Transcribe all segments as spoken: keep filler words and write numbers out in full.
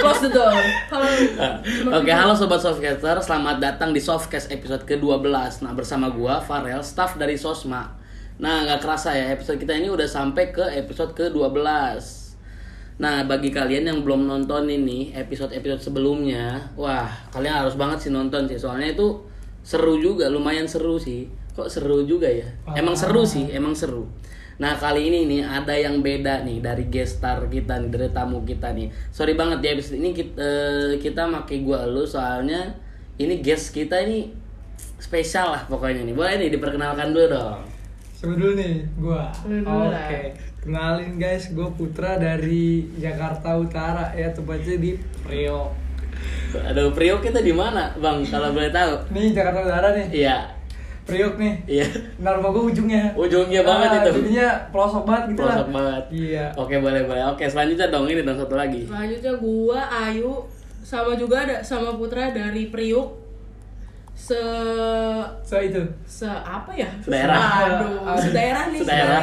Close the door. Halo. Oke, halo sobat Softcaster, selamat datang di Softcast episode kedua belas. Nah, bersama gua Farel, staff dari Sosma. Nah, nggak kerasa ya, episode kita ini udah sampai ke episode kedua belas. Nah, bagi kalian yang belum nonton ini episode-episode sebelumnya, wah, kalian harus banget sih nonton sih. Soalnya itu seru juga, lumayan seru sih. Kok seru juga ya? Emang seru sih, emang seru. Nah, kali ini nih ada yang beda nih dari guest star kita nih, dari tamu kita nih. Sorry banget ya, episode ini kita, kita make gua elu soalnya ini guest kita ini spesial lah pokoknya nih. Boleh nih diperkenalkan dulu dong. Coba dulu nih, gua. Oke. Okay. Kenalin guys, gue Putra dari Jakarta Utara ya, tepatnya di Priok. Aduh, Priok kita di mana, Bang? Kalau boleh tahu. Nih Jakarta Utara nih. Iya. Priok nih. Iya. Nah, rumah gue ujungnya. Ujungnya ah, banget itu. Jadinya pelosok banget gitu pelosok lah. Pelosok banget. Iya. Oke, boleh boleh. Oke, selanjutnya dong ini dong satu lagi. Selanjutnya gua Ayu sama juga ada sama Putra dari Priuk. Se Se itu. Se apa ya? Daerah. Aduh, sedaerah nih. Sedaerah.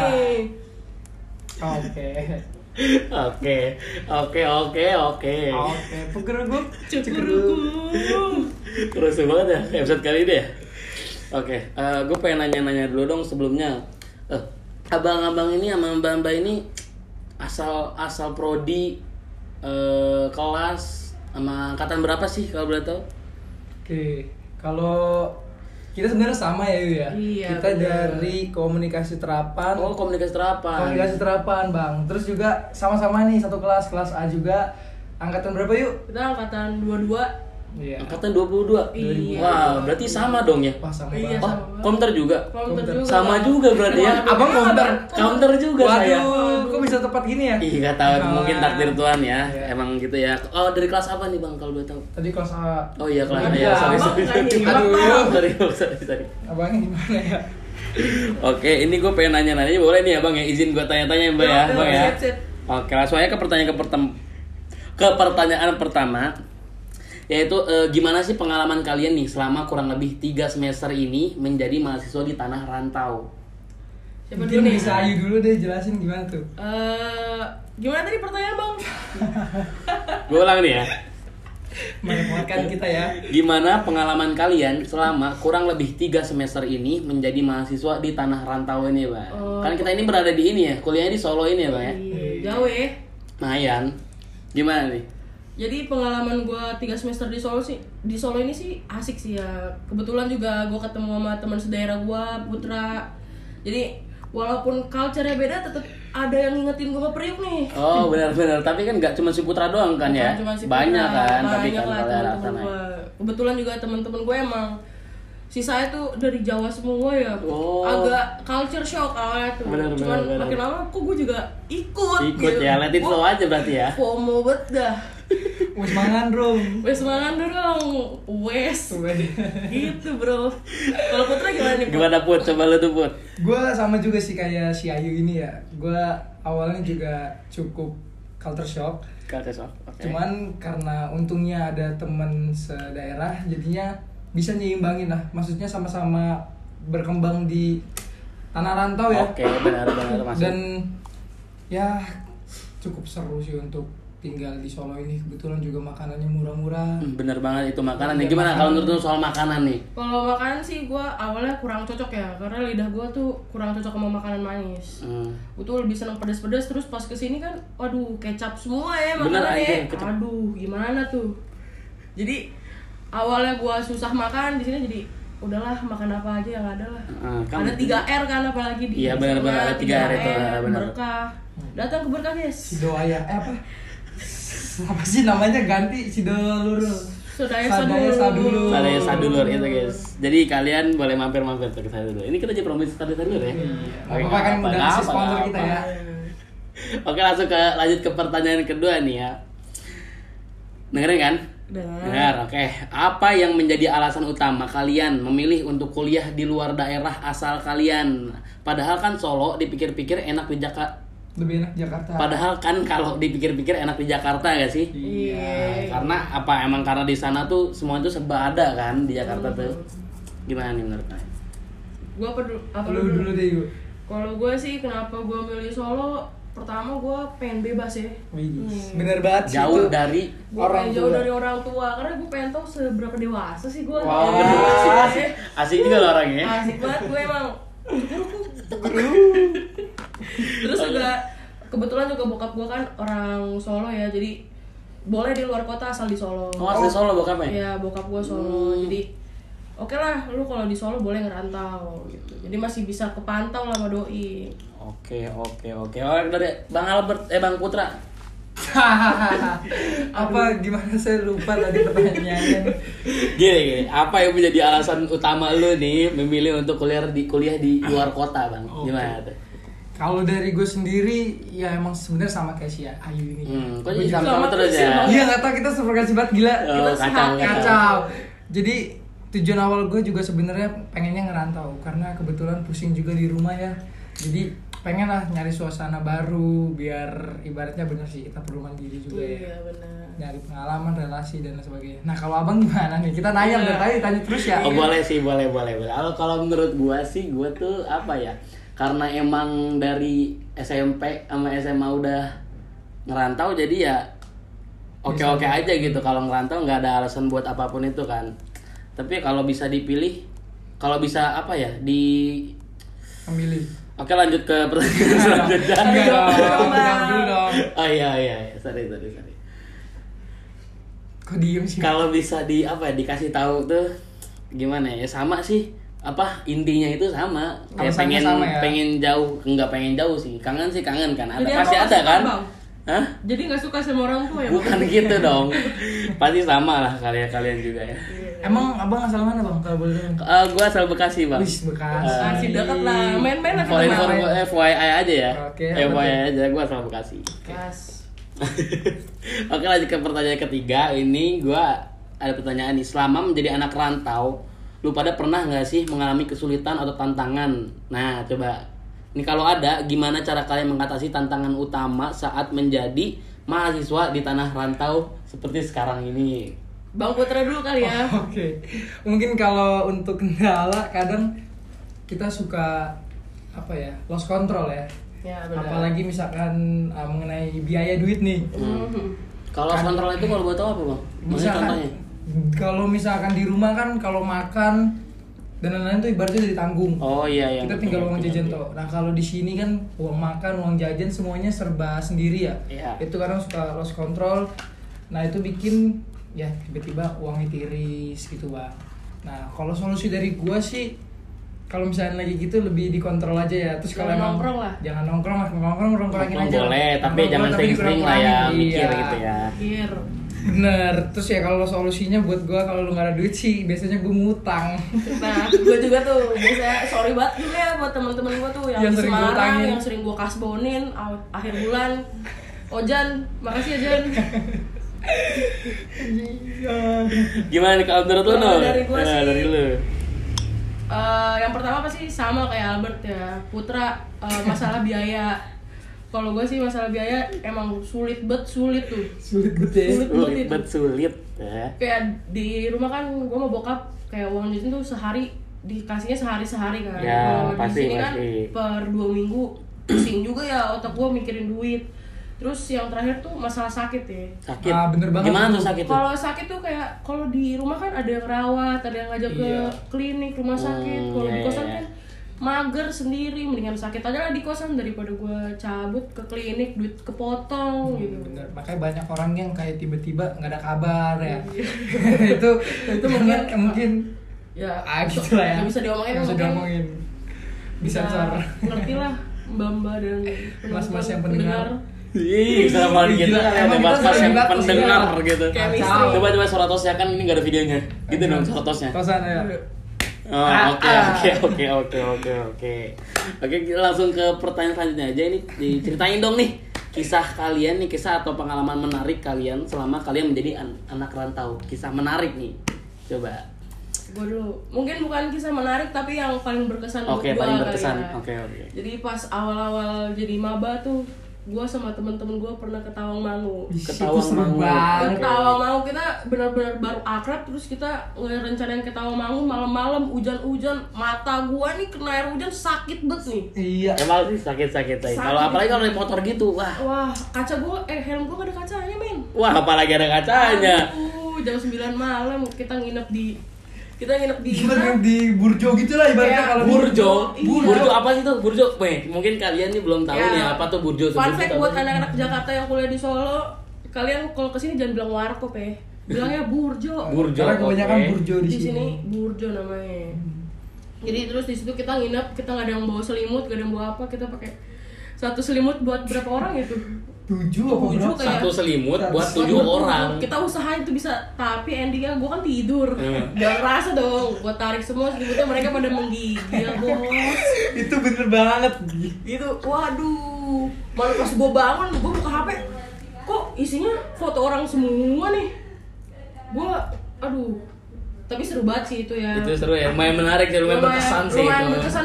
Oke. Oke. Oke, oke, oke. Oke, pugeruguk. Cukuruku. Terus banget ya episode kali ini ya. Oke, uh, gue pengen nanya-nanya dulu dong sebelumnya. Uh, abang-abang ini sama mbak-mbak ini asal asal prodi uh, kelas sama angkatan berapa sih kalau boleh tahu? Oke, kalau kita sebenarnya sama ya Yu ya. Iya, kita bener. Dari komunikasi terapan. Oh, komunikasi terapan. Komunikasi terapan bang. Terus juga sama-sama nih satu kelas, kelas A juga. Angkatan berapa Yuk? Kita angkatan dua puluh dua. Iya. Angkatan dua puluh dua. Iya. Wah, berarti sama dong ya? Wah sama Iya, banget. Oh, sama. komter juga. Komter Komter. juga. Sama juga berarti ya. Abang komter. Counter juga saya. Waduh, kok bisa tepat gini ya? Ih, gak tahu, Nah. mungkin takdir Tuhan ya. Iya. Emang gitu ya. Oh, dari kelas apa nih Bang kalau boleh tahu? Tadi kelas A. Oh iya, kelas Aduh, ya. Sorry, abang sorry, sorry. tadi. Aduh, yuk. sorry, sorry, sorry. Abangnya gimana ya? Oke, ini gue pengen nanya-nanya, boleh nih ya Bang ya, izin gue tanya-tanya Mbak ya, Bang ya. Sip, sip. Oke, langsung aja ke pertanyaan ke pertem- ke pertanyaan pertama, yaitu eh, gimana sih pengalaman kalian nih selama kurang lebih tiga semester ini menjadi mahasiswa di tanah rantau? Siapa Mungkin dulu nih? bisa Ayu dulu deh jelasin gimana tuh. Eh, gimana tadi pertanyaan Bang? Gue ulang nih ya. Menempatkan kita ya. Gimana pengalaman kalian selama kurang lebih tiga semester ini menjadi mahasiswa di tanah rantau ini, Bang? Oh. Kan kita ini berada di ini ya, kuliahnya di Solo ini ya, Bang ya? Iya, jauh ya. Mayan. Gimana nih? Jadi pengalaman gue tiga semester di Solo sih, di Solo ini sih asik sih ya. Kebetulan juga gue ketemu sama teman sedaerah gue, Putra. Jadi walaupun culture-nya beda, tetap ada yang ngingetin gue ke Priuk nih. Oh, benar-benar. Tapi kan nggak cuma si Putra doang kan ya? Bukan cuma si Banyak Putra, kan, tapi banyak kan lah kalau teman-teman sana. gue. Kebetulan juga teman-teman gue emang si saya tuh dari Jawa semua ya. Oh. Agak culture shock awalnya tuh. Benar, Cuman benar, benar. makin lama kok gue juga ikut. Ikut ya, let it flow Gua aja berarti ya. FOMO banget dah. Wes mangan dong. Wes mangan dong. Wes. Gitu bro. Kalau Putra gimana nih? Put? Gimana Put? Coba lu tuh Put. Gue sama juga sih kayak si Ayu ini ya. Gue awalnya juga cukup culture shock. Kata sok. Oke. Cuman karena untungnya ada teman sedaerah, jadinya bisa nyimbangin lah. Maksudnya sama-sama berkembang di tanah rantau ya. Oke, benar-benar masuk. Dan ya cukup seru sih untuk tinggal di Solo ini. Kebetulan juga makanannya murah-murah. Hmm, bener banget itu makanan nih. Iya, Gimana makanan. kalau menurut lu soal makanan nih? Kalau makanan sih gue awalnya kurang cocok ya, karena lidah gue tuh kurang cocok sama makanan manis. Hmm. Gue tuh lebih seneng pedas-pedas, terus pas kesini kan, waduh kecap semua ya Bener, makanannya. anjir, kecap. Aduh gimana tuh? Jadi awalnya gue susah makan, di sini jadi udahlah makan apa aja yang ada lah. Ah, kamu- Ada tiga R kan apalagi di Iya, benar-benar ada tiga R itu, benar. berkah. Datang ke berkah guys. Sido ayah, eh apa? Apa sih namanya ganti Sido Lurul. Sodaya Sadaya Sadulur. Sadaya Sadulur itu guys. Jadi kalian boleh mampir-mampir ke sana dulu. Ini kita aja promosi Sadaya Sadulur ya. Apa apa kan udah ngasih sponsor kita ya. Oke, langsung ke lanjut ke pertanyaan kedua nih ya. Dengerin kan? Dengar. Dengar, oke. Apa yang menjadi alasan utama kalian memilih untuk kuliah di luar daerah asal kalian? Padahal kan Solo dipikir-pikir enak di Jakarta. Lebih enak Jakarta. Padahal kan kalau dipikir-pikir enak di Jakarta gak sih? Iya. Karena apa? Emang karena di sana tuh semua itu serba ada kan di Jakarta tuh. Gimana nih menurut kalian? Gua apa dulu? Apa Lu dulu deh yuk. Kalau gue sih kenapa gue milih Solo, pertama gue pengen bebas ya. Wih, Hmm. bener banget sih Jauh itu. dari Gue Orang pengen jauh tua. dari orang tua karena gue pengen tahu seberapa dewasa sih gue. Wah. asik, asik, asik juga lo orangnya. Asik banget gue emang. Terus juga kebetulan juga bokap gue kan orang Solo ya, jadi boleh di luar kota asal di Solo. Oh, asli Solo bokapnya? Iya, bokap gue Solo. Hmm. Jadi oke lah, lu kalau di Solo boleh ngerantau gitu. Jadi masih bisa kepantau lah sama doi. Oke, oke, oke. Oh, dari Bang Albert, eh Bang Putra. Apa gimana saya lupa tadi pertanyaannya. Gini, gini. Apa yang menjadi alasan utama lu nih memilih untuk kuliah di kuliah di luar kota, Bang? Oke. Gimana tuh? Kalau dari gue sendiri ya emang sebenarnya sama kayak si Ayu ini. Hmm, kok Gua jadi juga- sama-sama sama terus terus ya? ya, Iya nggak tahu kita seperti banget gila. Oh, Kita kacau, sehat, kacau. kacau. Jadi tujuan awal gue juga sebenarnya pengennya ngerantau karena kebetulan pusing juga di rumah ya. Jadi pengen lah nyari suasana baru biar ibaratnya bener sih kita perlu mandiri juga ya. Iya benar. Nyari pengalaman, relasi dan lain sebagainya. Nah kalau abang gimana nih? Kita nanya Iya. dari tadi tanya terus ya. Oh boleh sih, boleh, boleh, boleh. Kalau kalau menurut gua sih, gua tuh apa ya? Karena emang dari S M P sama S M A udah ngerantau, jadi ya oke-oke aja gitu. Kalau ngerantau nggak ada alasan buat apapun itu kan. Tapi kalau bisa dipilih, kalau bisa apa ya? Di Memilih. Oke, lanjut ke pertanyaan selanjutnya. Enggak dong, Bang. jangan dulu dong. Oh iya iya, iya. sorry sorry sorry. Kok diem sih? Kalau bisa di apa ya, dikasih tahu tuh gimana ya? Sama sih, apa intinya itu sama. Kayak Alasannya pengen sama ya? pengen jauh, enggak pengen jauh sih. Kangen sih kangen kan. Ada Jadi pasti abang ada nggak suka, kan? Bang? Hah? Jadi nggak suka sama orang tua ya? Bang? Bukan gitu dong. Pasti sama lah kalian-kalian juga ya. Emang abang asal mana bang? Kalau boleh tahu. Eh, gua asal Bekasi, Bang. Wis bekas. Eh, Masih dekat lah, main-main lah For kita info main. F Y I aja ya. Oke, F Y I betul. aja, gua asal Bekasi. Kas. Oke, lanjut ke pertanyaan ketiga. Ini gua ada pertanyaan nih. Selama menjadi anak rantau, lu pada pernah nggak sih mengalami kesulitan atau tantangan? Nah, coba. Ini kalau ada, gimana cara kalian mengatasi tantangan utama saat menjadi mahasiswa di tanah rantau seperti sekarang ini? Bang Putra dulu kali ya. Oh, Oke, mungkin kalau untuk kendala kadang kita suka apa ya lost control ya. Ya benar. Apalagi misalkan uh, mengenai biaya duit nih. Mhm. Kalau Kan- kontrol itu kalau buat tau apa, Bang? Maksudnya Misalkan contohnya? kalau misalkan di rumah kan kalau makan dan lain-lain tuh ibaratnya udah ditanggung. Oh iya iya. Kita tinggal uang jajan tuh. Nah kalau di sini kan uang makan, uang jajan semuanya serba sendiri ya. Iya. Itu kadang suka lost control. Nah itu bikin ya tiba-tiba uangnya tiris gitu bang. Nah kalau solusi dari gua sih kalau misalnya lagi gitu lebih dikontrol aja ya. Terus kalau Jangan emang nongkrong lah. jangan nongkrong lah, nongkrong nongkrongin Nongkrong aja. boleh, tapi Nongkrong jangan boleh, sering-sering lah ya, dikurang-kurangin. mikir Iya. gitu ya. Pikir. Bener. Terus ya kalau solusinya buat gua kalau lu nggak ada duit sih biasanya gua ngutang. Nah, gue juga tuh biasa sorry banget juga ya buat teman-teman gue tuh yang, Yang di sering Semarang, ngutangin. yang sering gue kasbonin aw- akhir bulan. Ojan, makasih ya Jan. Gimana nih kalau menurut lu, Kalau Nur? dari gua Ya, sih- dari lu. Eh, yang pertama pasti sama kayak Albert ya, Putra, eh, masalah biaya. Kalau gue sih masalah biaya emang sulit bet sulit tuh. Sulit banget ya. Sulit banget Sulit itu. bet sulit ya. Kayak di rumah kan gue mau bokap kayak uang jajan tuh sehari dikasihnya sehari-sehari kan. Ya, Kalau pasti, di sini kan pasti. per dua minggu pusing juga ya otak gue mikirin duit. Terus yang terakhir tuh masalah sakit ya. Sakit. Ah, bener banget Gimana tuh. tuh sakit tuh? Kalau sakit tuh kayak kalau di rumah kan ada yang rawat, ada yang ngajak ke Iya. klinik, rumah sakit. Hmm, Kalau iya, di kosan iya. kan mager sendiri, mendingan sakit aja lah di kosan daripada gue cabut ke klinik duit kepotong gitu. Bener, makanya banyak orang yang kayak tiba-tiba nggak ada kabar ya. Iya. itu Itu karena mungkin- mungkin Ya, ah gitu lah ya. nggak bisa diomongin, Nggak bisa mungkin diomongin. Bisa bisa sor. ngerti lah mbak-mbak dan Mas-mas yang pendengar. Ih, sama gitu Gila, kan ada emang kita mas-mas sering yang batas, pendengar iya. gitu. Kayak Kacau. misteri. Coba coba suara tosnya kan ini nggak ada videonya. Gitu dong suara tosnya. Kosan ya. Oh, Ah, oke ah. oke oke oke oke oke. Oke, kita langsung ke pertanyaan selanjutnya aja. Ini diceritain dong nih kisah kalian nih, kisah atau pengalaman menarik kalian selama kalian menjadi an- anak rantau. Kisah menarik nih. Coba. Gue dulu mungkin bukan kisah menarik tapi yang paling berkesan buat Oke, gua paling kali berkesan. ya. Oke, oke. Jadi pas awal-awal jadi maba tuh gue sama temen-temen gue pernah ke Tawangmangu. Ih, Ketawang itu seru Mangu. banget. Ke Tawangmangu kita benar-benar baru akrab, terus kita ngerencanain ke Tawangmangu malam-malam, hujan-hujan, mata gua nih kena air hujan sakit banget nih. Iya. Emang sih sakit-sakit aja. Kalau apalagi kalau naik motor gitu, wah. Wah, kaca gua, eh helm gua gak ada kacanya, men. Wah, apalagi ada kacanya. Aduh, jam sembilan malam kita nginep di kita nginep di Gimana di Burjo gitu lah ibaratnya Kayak kalau Burjo, Iya. Burjo apa sih tuh? Burjo, weh, mungkin kalian nih belum tahu Ya. nih apa tuh Burjo. Fun Sebutin fact tahu buat sih. anak-anak Jakarta yang kuliah di Solo, kalian kalau kesini jangan bilang warkop ya, bilangnya Burjo. Burjo. Karena kebanyakan oke. Burjo di Di sini. sini Burjo namanya. Jadi terus di situ kita nginep, kita nggak ada yang bawa selimut, nggak ada yang bawa apa, kita pakai satu selimut buat berapa orang itu? Tujuh apa Tujuh berapa? kayak- Satu selimut buat Satu tujuh Buat orang. Kita usahain itu bisa, tapi endingnya gue kan tidur. Hmm. Gak kerasa dong, gue tarik semua selimutnya, mereka pada menggigil bos. Itu bener banget. Itu, waduh. Malah pas gue bangun, gue buka H P, kok isinya foto orang semua nih. Gue, aduh. Tapi seru banget sih itu ya. Itu seru ya, lumayan menarik sih, lumayan berkesan sih lumayan itu. berkesan.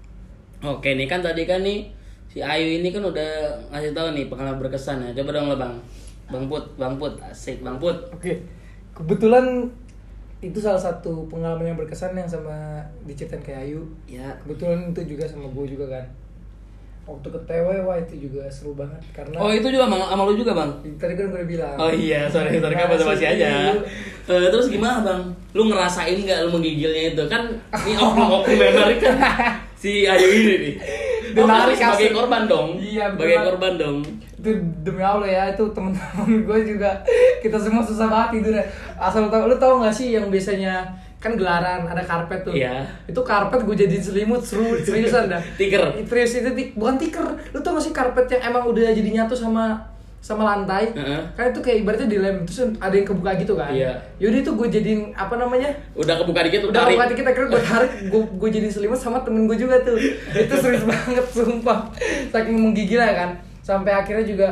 Oke, nih kan tadi kan nih si Ayu ini kan udah ngasih tahu nih pengalaman berkesan ya. Coba dong lah Bang. Bang Put, Bang Put, asik Bang Put. Oke. Kebetulan itu salah satu pengalaman yang berkesan yang sama diceritain kayak Ayu. Ya. Kebetulan itu juga sama gue juga kan. Waktu ke T W, wah itu juga seru banget karena Oh, itu juga Bang, sama lu juga Bang? tadi kan gue udah bilang. Oh iya, sorry, sorry kan Masih masih aja. dulu. Eh, terus gimana Bang? Lu ngerasain nggak lu menggigilnya itu? Kan ini oknum-oknum menarik kan si Ayu ini nih. Oh, Menarik sebagai asli. korban dong. Iya, betul sebagai banget. korban dong. Itu demi Allah ya, itu temen-temen gue juga kita semua susah banget tidurnya. Asal lu tau, lu tau gak sih yang biasanya kan gelaran ada karpet tuh. Iya. Itu karpet gue jadiin selimut, seru seriusan dah. Tiker. Terus itu tik, bukan tiker. Lu tau gak sih karpet yang emang udah jadi nyatu sama sama lantai? Heeh. Kan itu kayak ibaratnya dilem terus ada yang kebuka gitu kan. Iya. Yaudah itu gue jadiin apa namanya? Udah kebuka dikit Udah tarik. kebuka dikit akhirnya gue tarik, gue gue jadiin selimut sama temen gue juga tuh. Itu serius banget sumpah. Saking menggigilnya kan. Sampai akhirnya juga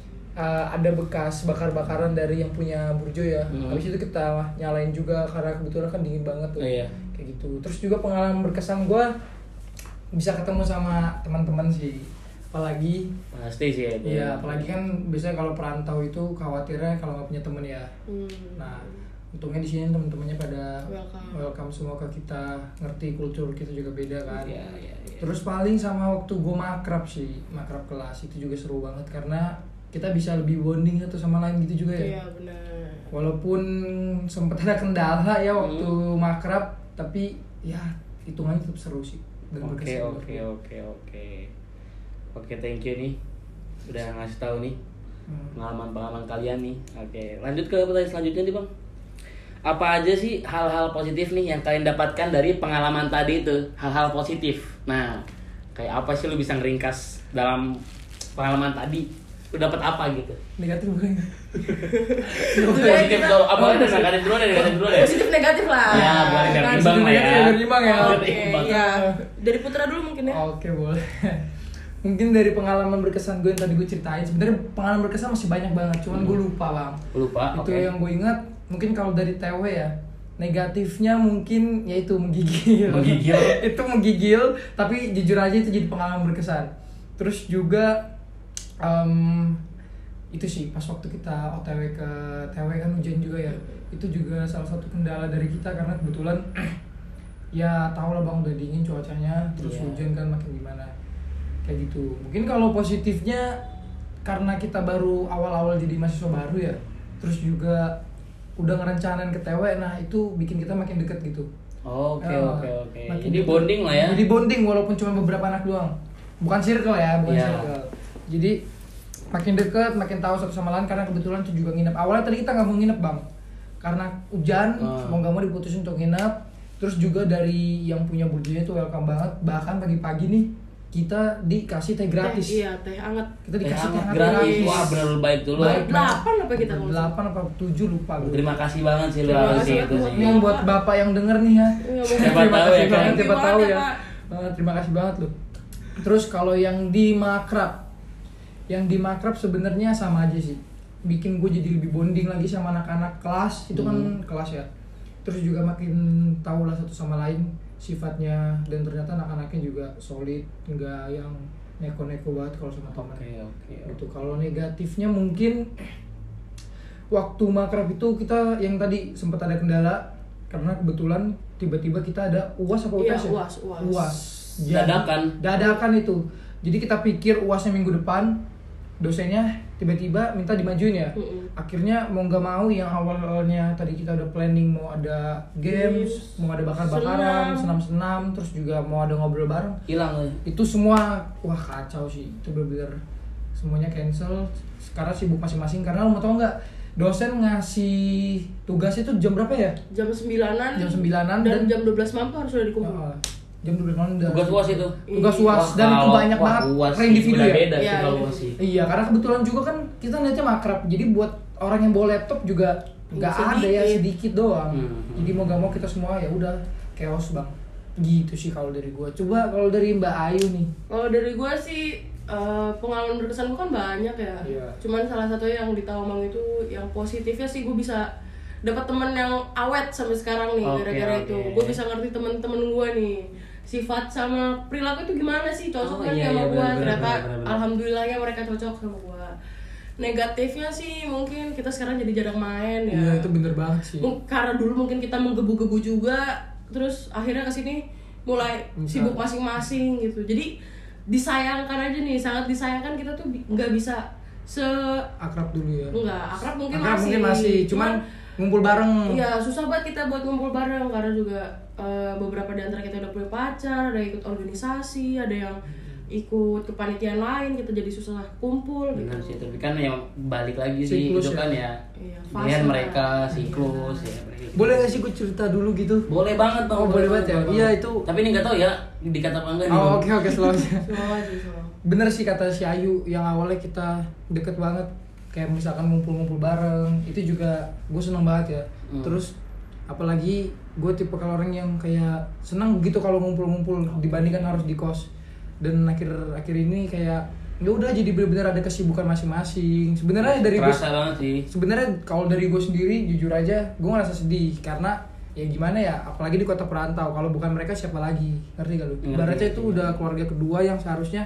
uh, ada bekas bakar-bakaran dari yang punya Burjo ya. Hmm. Habis itu kita nyalain juga karena kebetulan kan dingin banget tuh. Oh, iya. Kayak gitu. Terus juga pengalaman berkesan gue bisa ketemu sama teman-teman sih. Apalagi Pasti sih itu. iya, apalagi kan biasanya kalau perantau itu khawatirnya kalau nggak punya temen ya. Hmm. Nah, untungnya di sini teman-temannya pada Welcome. welcome semua ke kita, ngerti kultur kita juga beda kan. Iya, iya, iya. Terus paling sama waktu gue makrab sih, makrab kelas itu juga seru banget karena kita bisa lebih bonding satu sama lain gitu juga ya. Iya benar. Walaupun sempat ada kendala ya waktu Hmm. makrab, tapi ya hitungannya tetap seru sih. Dan Oke, berkesan buat oke, gue. oke, oke. Oke, thank you nih. Udah ngasih tahu nih Hmm. pengalaman-pengalaman kalian nih. Oke, lanjut ke pertanyaan selanjutnya nih, Bang. Apa aja sih hal-hal positif nih yang kalian dapatkan dari pengalaman tadi itu? Hal-hal positif. Nah, kayak apa sih lu bisa ngeringkas dalam pengalaman tadi? Lu dapat apa gitu? Negatif bukan? Positif dulu. Apa ada negatif dulu deh, negatif dulu deh. Positif negatif lah. Ya, boleh biar Kan imbang lah ya. Negatif biar imbang ya. Oke, Imbang. iya. Dari Putra dulu mungkin ya. Oke, boleh. Mungkin dari pengalaman berkesan gue yang tadi gue ceritain, sebenarnya pengalaman berkesan masih banyak banget, cuman gue lupa bang. Lupa, Itu oke. yang gue ingat, mungkin kalau dari T W ya, negatifnya mungkin yaitu menggigil. Menggigil. Itu menggigil, tapi jujur aja itu jadi pengalaman berkesan. Terus juga em, itu sih pas waktu kita O T W ke T W kan hujan juga ya, itu juga salah satu kendala dari kita karena kebetulan ya tau lah bang udah dingin cuacanya, terus Iya. hujan kan makin gimana kayak gitu. Mungkin kalau positifnya karena kita baru awal-awal jadi mahasiswa baru ya, terus juga udah ngerencanain ke T W, nah itu bikin kita makin deket gitu. Oke, Ya, oke, oke. makin Jadi deket. bonding lah ya. Jadi bonding walaupun cuma beberapa anak doang, bukan circle ya, bukan Iya. circle. Jadi makin deket, makin tahu satu sama lain karena kebetulan itu juga nginep. Awalnya tadi kita nggak mau nginep bang, karena hujan, Ah. mau nggak mau diputusin untuk nginep. Terus juga dari yang punya burjonya itu welcome banget, bahkan pagi-pagi nih kita dikasih teh gratis. Teh, iya, teh hangat. Kita Eh, dikasih teh hangat hangat gratis. Wah, bener lu baik dulu. Baik. Delapan apa kita ngomong? Delapan apa tujuh lupa gue. Terima kasih banget sih lu Terima harus kasih itu banget sih. Ini yang buat bapak yang denger nih ya. Iya, Siapa Terima tahu kasih ya, kan? banget, siapa Terima tahu kasih, ya. Pak. Eh, terima kasih banget loh. Terus kalau yang di makrab, yang di makrab sebenarnya sama aja sih. Bikin gue jadi lebih bonding lagi sama anak-anak kelas. Itu kan Hmm. kelas ya. Terus juga makin tahu lah satu sama lain sifatnya, dan ternyata anak-anaknya juga solid, nggak yang neko-neko banget kalau sama teman. Oke, oke. Gitu. Kalau negatifnya mungkin waktu makrab itu kita yang tadi sempat ada kendala karena kebetulan tiba-tiba kita ada U A S apa U T S Iya, ya? U A S, U A S. U A S. Dadakan. Dadakan itu. Jadi kita pikir U A S-nya minggu depan, dosennya tiba-tiba minta dimajuin ya. Mm-mm. Akhirnya mau nggak mau yang awalnya tadi kita udah planning mau ada games, Games, mau ada bakar-bakaran, senam. senam-senam, terus juga mau ada ngobrol bareng. Hilang loh. Itu semua wah kacau sih. Itu bener-bener semuanya cancel. Sekarang sibuk masing-masing karena lo mau tau nggak, dosen ngasih tugas itu jam berapa ya? Jam sembilanan. Jam sembilanan dan, dan- jam dua belas malam harus udah dikumpul. Ah, jam dua belas malam udah. Tugas U A S itu. Tugas U A S Wah, dan itu kalau- banyak wah, banget U A S per sih individu ya. beda sih Iya, kalau iya. U A S sih. Iya, karena kebetulan juga kan kita lihatnya makrab. Jadi buat orang yang bawa laptop juga nggak Sedikit. ada ya, sedikit doang. Hmm. Jadi mau gak mau kita semua ya udah chaos bang. Gitu sih kalau dari gua. Coba kalau dari Mbak Ayu nih. Kalau dari gue sih eh, pengalaman berkesan gue kan banyak ya. Iya. Cuman salah satu yang di Tawamang itu yang positifnya sih gue bisa dapat temen yang awet sampai sekarang nih Oke, gara-gara oke. itu. Gue bisa ngerti temen-temen gue nih sifat sama perilaku itu gimana sih, cocok Oh, kan iya, sama iya, gue. benar, Ternyata benar, benar, benar. alhamdulillahnya mereka cocok sama gue. Negatifnya sih mungkin kita sekarang jadi jarang main ya. Iya itu bener banget sih. Mung- karena dulu mungkin kita menggebu-gebu juga, terus akhirnya kesini mulai Bisa. sibuk masing-masing gitu. Jadi disayangkan aja nih, sangat disayangkan kita tuh bi- nggak bisa se Akrab dulu ya. nggak akrab mungkin Akrab masih. mungkin masih, cuman ngumpul bareng. Iya susah banget kita buat ngumpul bareng karena juga eh, beberapa di antara kita udah punya pacar, ada yang ikut organisasi, ada yang ikut kepanitiaan lain, kita jadi susah kumpul gitu. Benar sih, tapi kan yang balik lagi sih Siklus itu ya. kan ya. Iya, Pilihan fase mereka lah. siklus ya. mereka gitu. Boleh gak sih gue cerita dulu gitu? Boleh banget bang. Oh, boleh banget ya? banget. Iya, itu- Tapi ini nggak tahu ya dikata apa enggak nih. Oh Bang. oke oke slow aja. Semua aja semua. Bener sih kata si Ayu yang awalnya kita deket banget, kayak misalkan ngumpul-ngumpul bareng, itu juga gue seneng banget ya. Hmm. Terus apalagi gue tipe kalau orang yang kayak senang begitu kalau ngumpul-ngumpul dibandingkan harus di kos. Dan akhir-akhir ini kayak ya udah jadi benar-benar ada kesibukan masing-masing. Sebenarnya dari gue Terasa banget sih. sebenarnya kalau dari gue sendiri jujur aja gue ngerasa sedih karena ya gimana ya, apalagi di kota perantau, kalau bukan mereka siapa lagi, ngerti gak lu? Ngerti, Ibaratnya itu ngerti. udah keluarga kedua yang seharusnya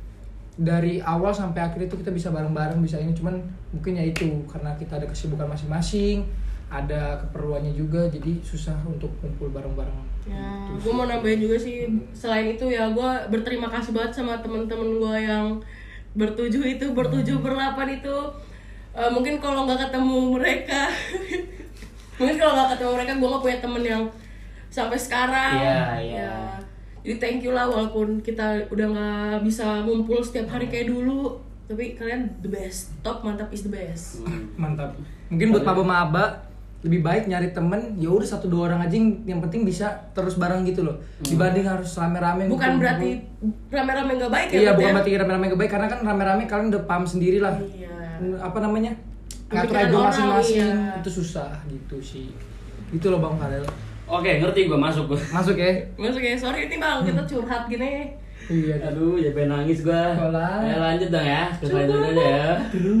dari awal sampai akhir itu kita bisa bareng-bareng bisa ini, cuman mungkin ya itu karena kita ada kesibukan masing-masing, ada keperluannya juga, jadi susah untuk kumpul bareng-bareng. Ya, Gitu gue mau nambahin juga sih, selain itu ya gue berterima kasih banget sama temen-temen gue yang bertujuh itu, bertujuh berlapan itu. Eh, mungkin kalau nggak ketemu mereka, mungkin kalau nggak ketemu mereka gue nggak punya temen yang sampai sekarang. Iya, iya. Ya. Jadi thank you lah, walaupun kita udah nggak bisa ngumpul setiap hari kayak dulu, tapi kalian the best, top, mantap is the best. Hmm. Mantap. Mungkin buat maba-maba lebih baik nyari temen ya udah satu dua orang aja yang, yang penting bisa terus bareng gitu loh, dibanding harus rame-rame. Bukan ngumpul-ngumpul. berarti rame-rame nggak baik ya? Iya, Bud, bukan ya? berarti rame-rame gak baik, karena kan rame-rame kalian udah paham sendiri lah. Iya. Apa namanya? Ngatur Pemikiran ego orang, masing-masing, iya. itu susah gitu sih. Gitu loh Bang Farel. Oke, ngerti gue masuk gue. Masuk ya? Masuk ya, sorry ini bang, kita curhat gini. Iya. Aduh, ya pengen nangis gue. Sekolah. Ya lanjut dong ya, ke selanjutnya aja ya.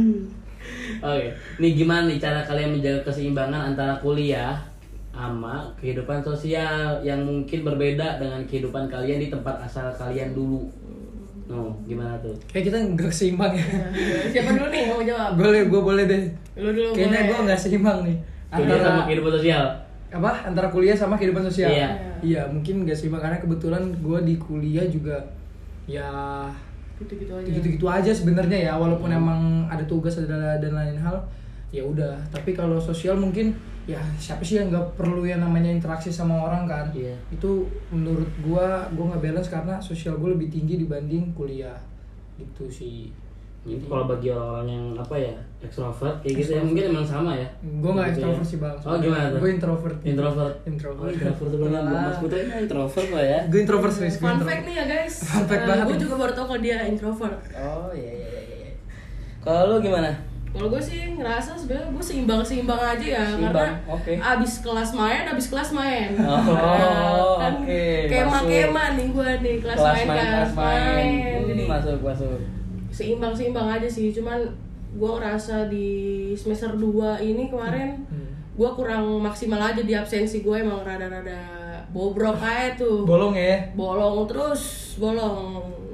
Oke, nih gimana nih cara kalian menjaga keseimbangan antara kuliah sama kehidupan sosial yang mungkin berbeda dengan kehidupan kalian di tempat asal kalian dulu? No, gimana tuh? Kayak kita nggak seimbang ya. Siapa dulu nih yang mau jawab? Boleh, gue boleh deh. Lu dulu Kayaknya boleh. gue nggak seimbang nih. Kuliah sama kehidupan sosial. apa? Antara kuliah sama kehidupan sosial. Iya. Iya, mungkin nggak seimbang karena kebetulan gue di kuliah juga ya Gitu-gitu aja. gitu-gitu aja sebenarnya ya, walaupun emang ada tugas ada dan lain hal ya udah. Tapi kalau sosial mungkin ya siapa sih yang nggak perlu yang namanya interaksi sama orang kan. Iya. Itu menurut gua gua nggak balance karena sosial gua lebih tinggi dibanding kuliah gitu sih. Jadi kalau bagi orang yang apa ya, ekstrovert kayak gitu ya mungkin emang sama ya. Gua nggak Gitu extrovert ya. sih bang. Oh gimana tuh? Gue introvert. Introvert. Introvert. Oh, introvert tuh benar. Ah. Mas Putra ini introvert lah ya. Gue introvert serius. gue Fun introvert. fact nih ya guys. Fun fact banget. Gue juga baru tau kalau dia introvert. Oh iya iya iya. iya. Kalau lu gimana? Kalau gue sih ngerasa sebenarnya gue seimbang-seimbang aja ya, Seimbang, karena oke. abis kelas main, abis kelas main. Oh, Kan oke, Kema-kema nih gue nih, kelas, main, kelas main. Hmm, Jadi masuk masuk. seimbang-seimbang aja sih, cuman gue ngerasa di semester dua ini kemarin Hmm. gue kurang maksimal aja di absensi gue, emang rada-rada bobrok aja tuh. Bolong ya. Bolong terus, bolong.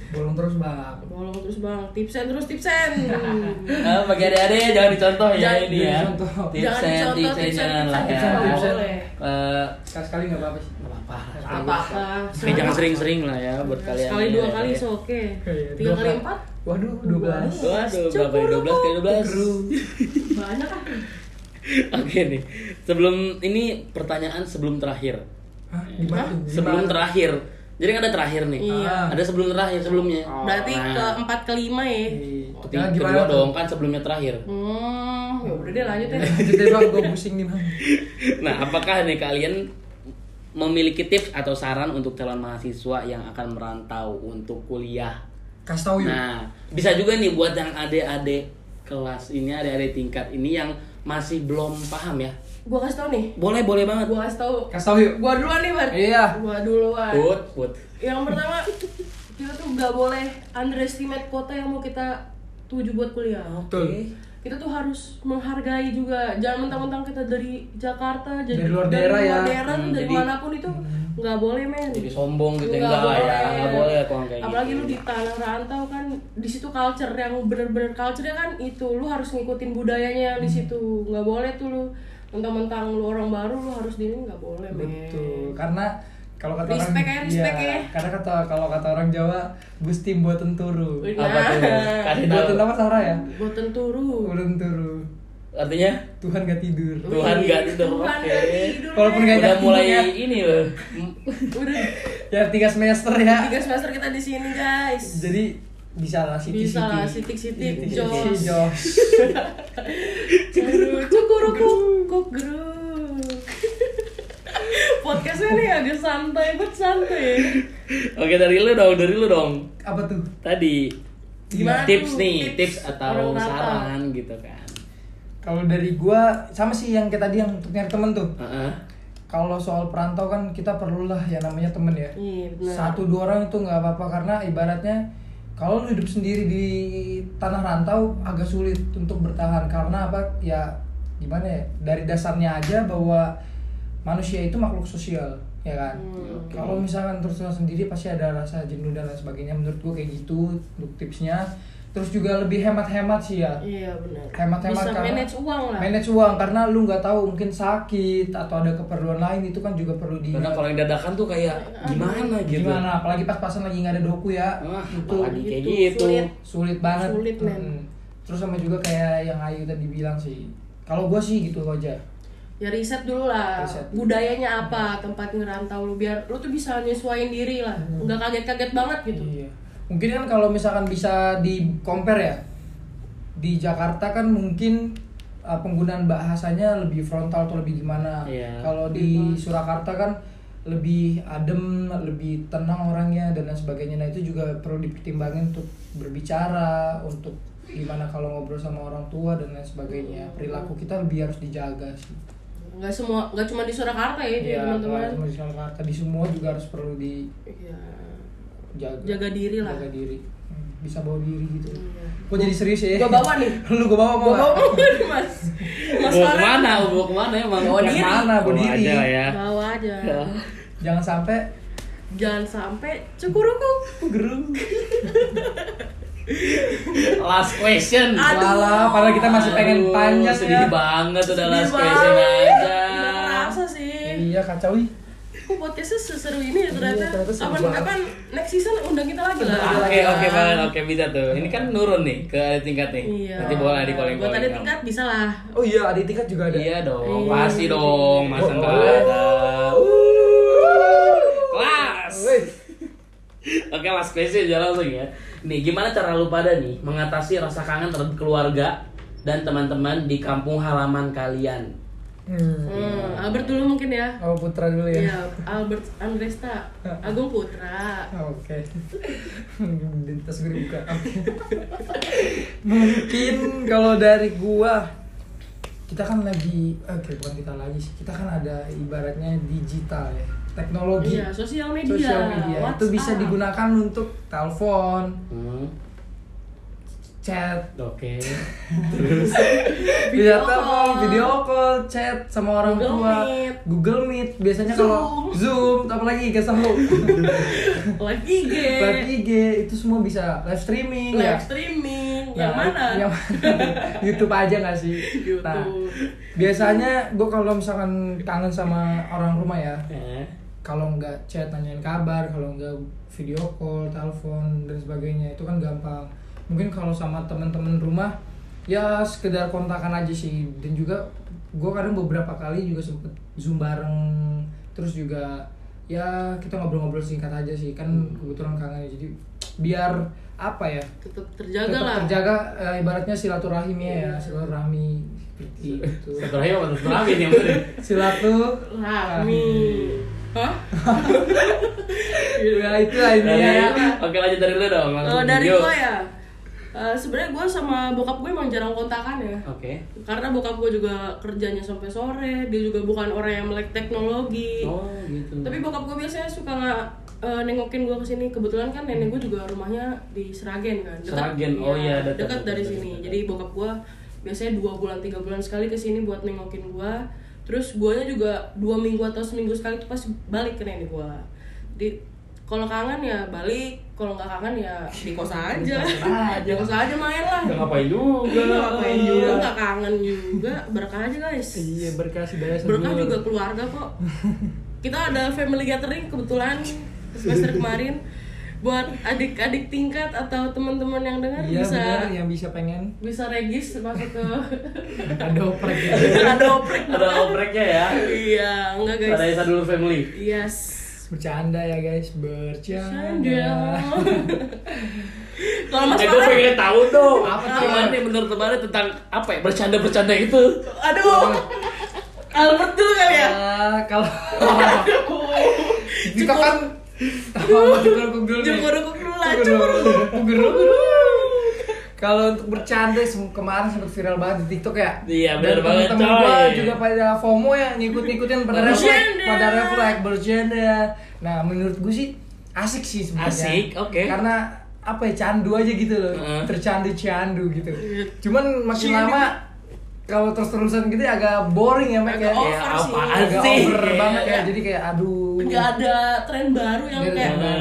Bolong terus bang. Bolong terus bang, tipsen terus tipsen. Ah, bagi adik-adik jangan dicontoh ya Jangan ini ya. dicontoh. Jangan Tipsen, dicontoh, tipsen tipsen, jangan lah ya. tipsen, tipsen. Boleh. Eh, Sekali-sekali nggak apa-apa sih. nggak apa-apa. Apa-apa. Tapi jangan sering-sering lah ya buat kalian. Sekali ya. dua kali so oke. Iya, Tiga dua kali kali. empat. Waduh, dua belas. Waduh, berapa kali dua belas kali dua belas? Banyak kan? Oke nih. Sebelum ini pertanyaan sebelum terakhir. Hah, gimana tuh? Sebelum Gimana? terakhir. Jadi kan ada terakhir nih. Iya. Ada sebelum terakhir sebelumnya. Berarti Nah, keempat kelima ya. Iya. ketiga, Nah, kedua tuh? dong kan sebelumnya terakhir. Hmm, ya udah deh lanjut ya. Lanjut deh bang, gue pusing nih bang. Nah, apakah nih kalian memiliki tips atau saran untuk calon mahasiswa yang akan merantau untuk kuliah? Kasih tau yuk. Nah, bisa juga nih buat yang adik-adik kelas ini, adik-adik tingkat ini yang masih belum paham ya. Gua kasih tau nih. Boleh, boleh banget. Gua kasih tau. Kasih tau yuk. Gua duluan nih, Bar. Iya. Gua duluan. Put, put. Yang pertama, kita tuh nggak boleh underestimate kota yang mau kita tuju buat kuliah. Betul. Kita tuh harus menghargai juga. Jangan mentang-mentang kita dari Jakarta, jadi Dari luar daerah ya. daerah tuh, Hmm, dari jadi- manapun itu nggak boleh men. Jadi sombong gitu Nggak enggak lah ya. boleh. Enggak boleh kok kayak Apalagi gitu. lu di tanah rantau kan, di situ culture yang bener-bener culture-nya kan itu, lu harus ngikutin budayanya di situ. Nggak boleh tuh lu mentang-mentang lu orang baru lu harus di ini, nggak boleh men. Betul. Karena kalau kata Respect orang ya, respect iya, ya. Karena kata kalau kata orang Jawa, Gusti mboten turu. Nah. Apa tuh? Kasih tahu. Mboten apa Sarah ya? Boten turu. Mboten turu. Artinya Tuhan gak tidur. Tuhan nggak tidur. Tuhan Oke. nggak tidur. Walaupun men. nggak Udah nyakitin mulai ya. ini loh. Udah Ya tiga semester ya. tiga semester kita di sini guys. Jadi bisa lah sitik Bisa lah, sitik-sitik, Jos. jos. Jos. Guru, cukurukuk, kuk guru. Podcastnya nih agak santai, bet santai. Oke, dari lu dong, dari lu dong. Apa tuh? Tadi Gimana tips tuh? nih, Tips tips atau orang rata. saran gitu kan. Kalau dari gua sama sih yang kayak tadi yang untuk nyari temen tuh. Heeh. Kalau soal perantau kan kita perlulah ya namanya temen ya. Iya benar. Satu dua orang itu nggak apa-apa karena ibaratnya kalau lu hidup sendiri di tanah rantau agak sulit untuk bertahan karena apa ya gimana ya dari dasarnya aja bahwa manusia itu makhluk sosial ya kan. Hmm. Kalau misalkan terus terusan sendiri pasti ada rasa jenuh dan lain sebagainya. Menurut gua kayak gitu untuk tipsnya. Terus juga lebih hemat-hemat sih ya. Iya benar. Hemat-hemat Bisa karena manage uang lah. manage uang karena lu nggak tahu mungkin sakit atau ada keperluan lain itu kan juga perlu di Karena kalau yang dadakan tuh kayak gimana gitu. gimana apalagi pas-pasan lagi nggak ada doku ya Wah, itu apalagi kayak gitu, gitu. sulit. sulit banget. Sulit, men. Mm. Terus sama juga kayak yang Ayu tadi bilang sih kalau gue sih gitu aja. Ya riset dulu lah. Riset. Budayanya apa tempat ngerantau lu biar lu tuh bisa nyesuaiin diri lah. Nggak kaget-kaget banget gitu. Iya. Mungkin kan kalau misalkan bisa di compare ya di Jakarta kan mungkin uh, penggunaan bahasanya lebih frontal atau lebih gimana. Iya. Kalau di Surakarta kan lebih adem, lebih tenang orangnya dan lain sebagainya. Nah itu juga perlu dipertimbangkan untuk berbicara, untuk gimana kalau ngobrol sama orang tua dan lain sebagainya. Perilaku kita lebih harus dijaga sih. Nggak semua, nggak cuma di Surakarta ya, Iya, teman-teman. cuma di Surakarta, di semua juga harus perlu Iya. dijaga. Jaga diri lah. Jaga diri. Hmm, bisa bawa diri gitu. Iya. Kok jadi serius ya? Gua bawa nih. Lu gua bawa mau Gua nggak? bawa nih, Mas. Mas Bawa Farel. kemana? Bawa kemana emang? Bawa Yang diri. mana? Bawa Bawa diri. aja lah ya. Bawa aja. Jangan sampai Jangan sampai cukurukuk. gerung. Last question. Aduh. Walah, padahal kita masih pengen Aduh, panjang sedih ya. banget udah Sedih last question banget. aja. Nggak kerasa sih. Iya kacau ih. Kok podcastnya seseru ini ya ternyata. Iya, ternyata seru Kapan banget. kapan next season undang kita lagi lah. Oke oke banget oke bisa tuh. Ini kan nurun nih ke adik tingkat nih. Iya. Nanti boleh di calling Buat ada tingkat bisa lah. Oh iya, adik tingkat juga ada. Iya dong, Iya. pasti dong. Masa Oh, nggak oh. ada? Kelas. Wih. Oke, last question aja langsung ya. Nih, gimana cara lu pada nih mengatasi rasa kangen terhadap keluarga dan teman-teman di kampung halaman kalian? Hmm. Hmm, Albert dulu mungkin ya. Oh Putra dulu ya. Iya, Albert Andresta, Agung Putra. Oke. Tas gue dibuka. Oke. Mungkin kalau dari gua kita kan lagi oke bukan kita lagi sih. Kita kan ada ibaratnya digital ya. Teknologi. Iya, sosial media. Sosial media itu bisa WhatsApp. digunakan untuk telepon, Hmm. chat. Oke. Terus Video Video telepon, call. video call, chat sama orang Google tua. Meet. Google Meet. Biasanya kalau Zoom, apalagi guys lu. Live I G, Live I G itu semua bisa live streaming live ya. streaming, yang Nah, mana? Yang YouTube aja nggak sih? YouTube. Nah, biasanya gue kalau misalkan kangen sama orang rumah ya, eh kalau nggak chat nanyain kabar, kalau nggak video call, telepon dan sebagainya itu kan gampang. Mungkin kalau sama teman-teman rumah ya sekedar kontakan aja sih. Dan juga gue kadang beberapa kali juga sempet zoom bareng, terus juga ya kita ngobrol-ngobrol singkat aja sih kan kebetulan kangen, jadi biar apa ya Tetap terjaga tetap lah. terjaga eh, ibaratnya silaturahimnya ya, silaturahmi seperti itu. satu lagi apa satu lagi nih yang bener. Silaturahmi. Hah? Ya itulah ini Dari- ya. Oke lanjut dari lu dong. Kalau langsung. dari Yuk. gue ya, eh, sebenarnya gue sama bokap gue emang jarang kontakan ya. Oke. Karena bokap gue juga kerjanya sampai sore, dia juga bukan orang yang melek teknologi. Oh gitu. Tapi bokap gue biasanya suka nggak eh, nengokin gue kesini. Kebetulan kan nenek gue juga rumahnya di Seragen kan. Seragen, oh iya, dekat, dekat dari dekat, sini. dekat. Jadi bokap gue biasanya dua bulan tiga bulan sekali kesini buat nengokin gue. Terus guanya juga dua minggu atau seminggu sekali tuh pasti balik ke nenek gue. Di kalau kangen ya balik, kalau nggak kangen ya di kos aja. Di kos aja main lah. Nggak ngapain juga. Nggak ngapain juga, nggak kangen juga, berkah aja guys. Iya berkah daya Berkah juga keluarga kok. Kita ada family gathering kebetulan semester kemarin buat adik-adik tingkat atau teman-teman yang dengar Iya bisa benar, yang bisa pengen bisa regis masuk ke ada oprek ya. ada oprek. Ada opreknya ya. Iya, enggak guys. Ada Isa dulu family. Yes. Bercanda ya guys, bercanda. Canda. Kalau Mas Eh gue Farel, pengen tahu dong. Apa Apa tuh? gimana nih menurut temannya tentang apa ya bercanda-bercanda itu? aduh. Albert dulu kali ya. Ah, kalau kita kan oh, cukur-cukur nih. Cukur-cukur dulu lah, Cukur-cukur. Kalau untuk bercanda sem- kemarin sempat viral banget di TikTok ya. Iya, Dan bener banget, temen-temen coy. gua juga pada FOMO ya, ngikut-ngikutin pada refleks, Bercanda. pada refleks bercanda. Nah, menurut gue sih asik sih sebenarnya. Asik, oke. Karena apa ya, candu aja gitu loh. Heeh. Tercandu-candu gitu. Cuman makin lama kalau terus-terusan gitu ya agak boring ya, Mek ya. Agak Ya over sih. apaan Agak sih? over Iya. banget ya. Jadi kayak aduh. Nggak ada tren baru yang Nggak ada kayak tren baru.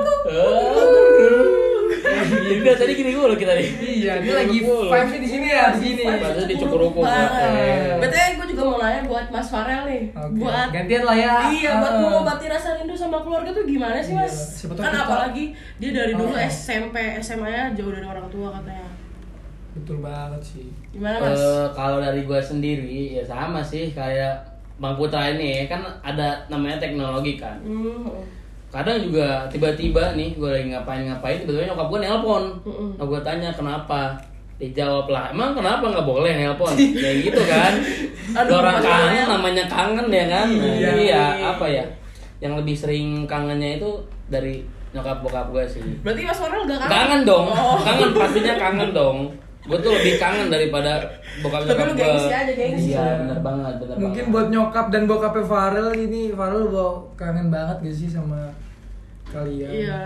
cukur-cukur. Jadi biasanya gini mulu kita nih. Iya, dia lagi vibes-nya di sini ya, di sini. Padahal dicukur-ukur. banget. Oke. B T W gue juga mau nanya buat Mas Farel nih. Oke. Buat Gantian lah ya. Iya, buat Ah. mengobati rasa rindu sama keluarga tuh gimana sih, Mas? Iya, siapa tahu Kan kita- apalagi dia dari dulu Ah. S M P, S M A-nya jauh dari orang tua katanya. Betul banget sih. Gimana, Mas? Eh, kalau dari gue sendiri ya sama sih kayak Bang Putra ini kan ada namanya teknologi kan. Hmm. Kadang juga tiba-tiba nih gue lagi ngapain-ngapain tiba-tiba nyokap gue nelpon. Mm-mm. Nah gue tanya kenapa, dijawab lah emang kenapa nggak boleh nelpon kayak gitu kan. Aduh, Orang Mas kangen Farel. namanya kangen ya kan. Nah, Iya. jadi ya apa ya yang lebih sering kangennya itu dari nyokap bokap gue sih. Berarti Mas Farel gak kangen? Kangen dong, Oh. kangen pastinya kangen dong. Gue tuh lebih kangen daripada bokap Tapi nyokap lu gue. gengsi aja, gengsi. Iya bener banget, bener Mungkin banget. buat nyokap dan bokapnya Farel ini, Farel bawa kangen banget gak sih sama kalian? Iya.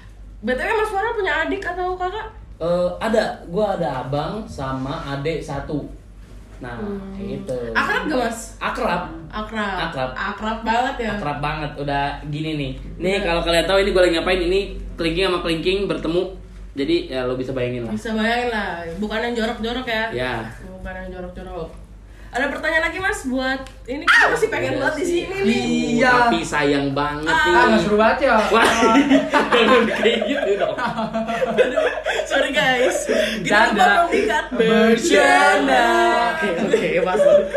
B T W Mas Farel punya adik atau kakak? Eh, ada, gue ada abang sama adik satu. Nah, Hmm. gitu. Akrab gak, Mas? Akrab, Akrab. Akrab. Akrab banget ya. akrab banget. Udah gini nih. Nih kalau kalian tahu ini gue lagi ngapain, ini kelingking sama kelingking bertemu. Jadi ya lo bisa bayangin lah. Bisa bayangin lah, bukan yang jorok-jorok ya. Ya. Bukan yang jorok-jorok. Ada pertanyaan lagi, Mas, buat ini kita masih pengen Iya banget di sih. sini nih. Iya. Tapi sayang banget Ah, nih. Ah, gak seru banget ya? Wah, jangan kayak gitu dong. Aduh, sorry guys. Kita tuh Bercanda. belum dikat. Bercanda. Oke, oke, mas.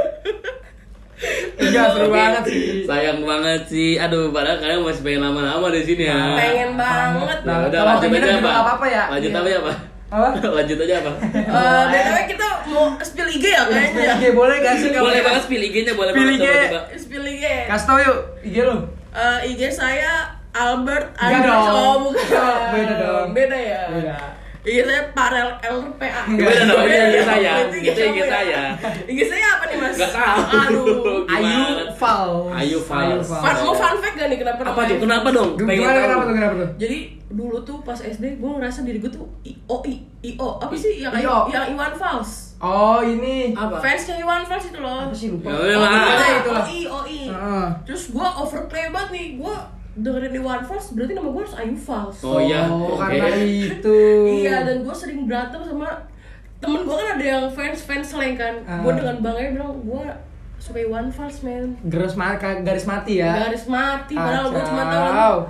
Iya, seru banget sih. Sayang banget sih. Aduh, padahal kalian masih pengen lama-lama di sini ya. Pengen banget. Nah, Nah, udah kalau lanjut pengen aja juga apa? nggak apa-apa ya? Lanjut Iya. apa ya, Pak? Apa? Lanjut aja apa? Eh, B T W kita mau spill I G ya kayaknya. Oke, boleh gak sih? Boleh banget spill I G-nya, boleh Spill banget I G. coba-coba. Spill I G. Kasih tau yuk, I G lu. Eh, I G saya Albert Enggak underscore- dong. oh bukan. Beda dong. Beda ya. Beda. I G saya Farel R P A. Gimana dong? Ini I G saya. Itu Itu I G saya. I G saya apa nih Mas? Gak tahu. Aduh. Ayu Fal. Ayu Fal. Fun, mau fun fact gak nih kenapa Apa namanya? tuh? Kenapa dong? Pengen Gimana tahu. kenapa tuh kenapa tuh? Jadi dulu tuh pas S D gue ngerasa diri gue tuh I O I I O apa sih yang I O. yang Iwan Fals. Oh ini Apa? Fansnya Iwan Fals itu loh. apa sih lupa? Ya udah lah. Pokoknya itu lah. O I O I. Heeh. Terus gue overplay banget nih, gue dengerin Iwan Fals berarti nama gue harus Ayu Fals. Oh iya. Oh, Oke. karena itu. Iya, dan gue sering berantem sama temen gue kan ada yang fans fans slang kan. Ah. Gue dengan bangga bilang gue suka Iwan Fals men. Garis mati, garis mati ya. Garis mati, padahal gue cuma tahu Acau. lagu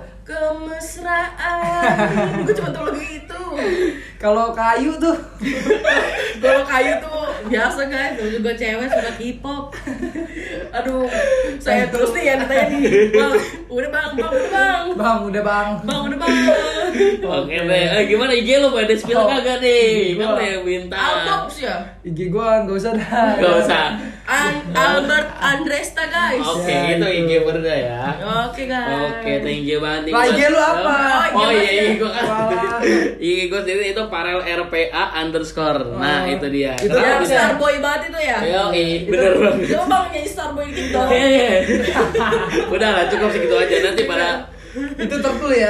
kemesraan. Gue cuma tahu lagu itu. Kalau kayu tuh Kalau kayu tuh biasa guys, gue juga cewek suka K-pop. Aduh, saya terus nih yang ditanya nih, bang, udah bang, bang, udah bang, Bang, udah bang. bang, udah bang. Oke deh. Eh, gimana I G lo pada spill Oh, kagak nih? I G Kan gua. yang minta. Albox ya, I G gua enggak usah dah. Gak usah. An Albert Andresta guys. Oke, Ya, itu itu. I G Berda ya. Oke guys. Oke, thank you banget nih. Lah, I G buat- lu apa? Oh Oh, iya, I G I G gua kan. Wah. I G gua sendiri itu Farel R P A underscore. Nah, Oh. itu dia. Itu Kenapa Yang bisa. bisa? Starboy banget itu ya. Yo, bener banget. Coba bang nyanyi Starboy di TikTok. Iya, iya. Udah lah, cukup segitu aja. Nanti pada Itu tertul ya.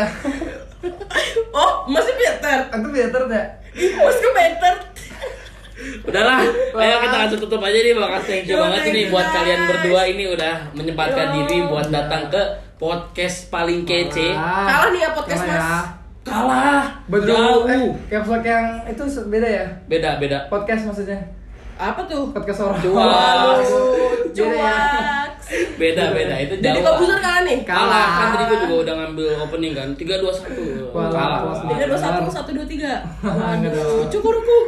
Oh, masih better. Aku better dah. Ih, masih better. udahlah. Ayo kita langsung tutup aja nih. Makasih thank you Yo, banget thank ini you, buat guys. kalian berdua ini udah menyempatkan Yo. diri buat datang ke podcast paling kece. Kalah nih ya podcast Kalah Mas. Kalah. Betul. Jauh. Eh, episode yang itu beda ya? Beda, beda. Podcast maksudnya. Apa tuh? Podcast orang. Cuak. Waduh, Beda ya? cuak. Beda, beda. Itu Jadi jauh. komputer kalah nih. Kalah kan tadi gue juga udah ngambil opening kan. tiga dua satu. Walah, Kalah. kelas Tiga dua satu satu dua tiga. Enggak Waduh, dong. cukuruku.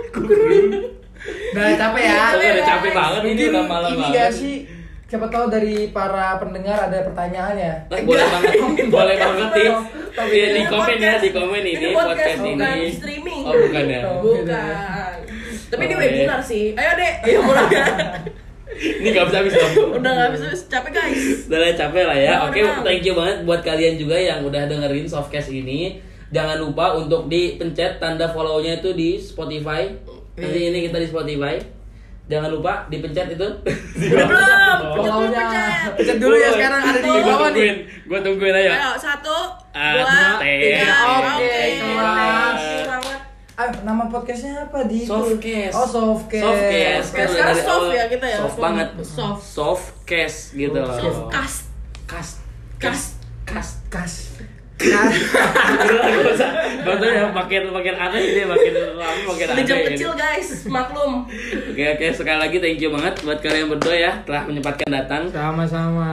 Udah capek ya. Aku udah capek banget ini Mungkin udah malam ini banget. gak sih? Siapa tahu dari para pendengar ada pertanyaan ya. Nah, boleh banget, boleh banget nih. Tapi Iya, di ini komen ya, podcast- di komen ini, ini podcast, podcast bukan ini. streaming. Oh, bukan ya. Oh. Bukan. Tapi ini Oke. webinar sih. Ayo deh, ayo mulai. Ini gak bisa habis dong. Udah nggak bisa capek guys. Udah lah, capek lah ya. Udah, Oke, udah. thank you banget buat kalian juga yang udah dengerin Softcast ini. Jangan lupa untuk dipencet tanda follow-nya itu di Spotify. Nanti ini kita di Spotify. Jangan lupa dipencet itu. Udah belum? Pencet dulu, Follow-nya. pencet. Pencet dulu ya sekarang ada di Gua bawah nih. tungguin, gua tungguin aja. Ayo satu, Ah, dua, teh, tiga. oke, kelas. Thank you banget. Ah, nama podcastnya apa di itu? Softcast. Oh, Softcast. Softcast. Kan Sekarang dari soft awal ya kita ya. Soft banget. Soft. Softcast gitu loh. Soft cast. Cast. Cast. Cast. Kas. Kas. Gak usah. Gak usah ya, makin makin aneh ini, makin lama makin Udah aneh. jam ini. kecil guys, maklum. Oke oke, sekali lagi thank you banget buat kalian berdua ya telah menyempatkan datang. Sama-sama.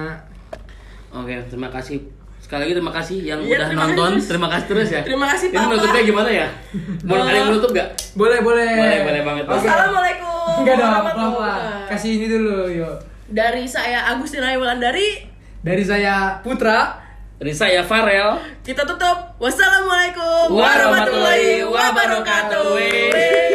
Oke, terima kasih. Sekali lagi terima kasih yang Iya, udah terima nonton. kasih. Terima kasih terus ya. Terima kasih, Ini Papa. menutupnya gimana ya? Mau Oh. kalian menutup gak? Boleh, boleh. Boleh, boleh banget. Oke. Wassalamualaikum. Enggak dong, warahmatullahi pelan-pelan. wabarakatuh. Kasih ini dulu, yuk. Dari saya Agustina Wulandari, Dari saya Putra. Dari saya Farel. kita tutup. Wassalamualaikum Warahmatullahi wabarakatuh. wabarakatuh.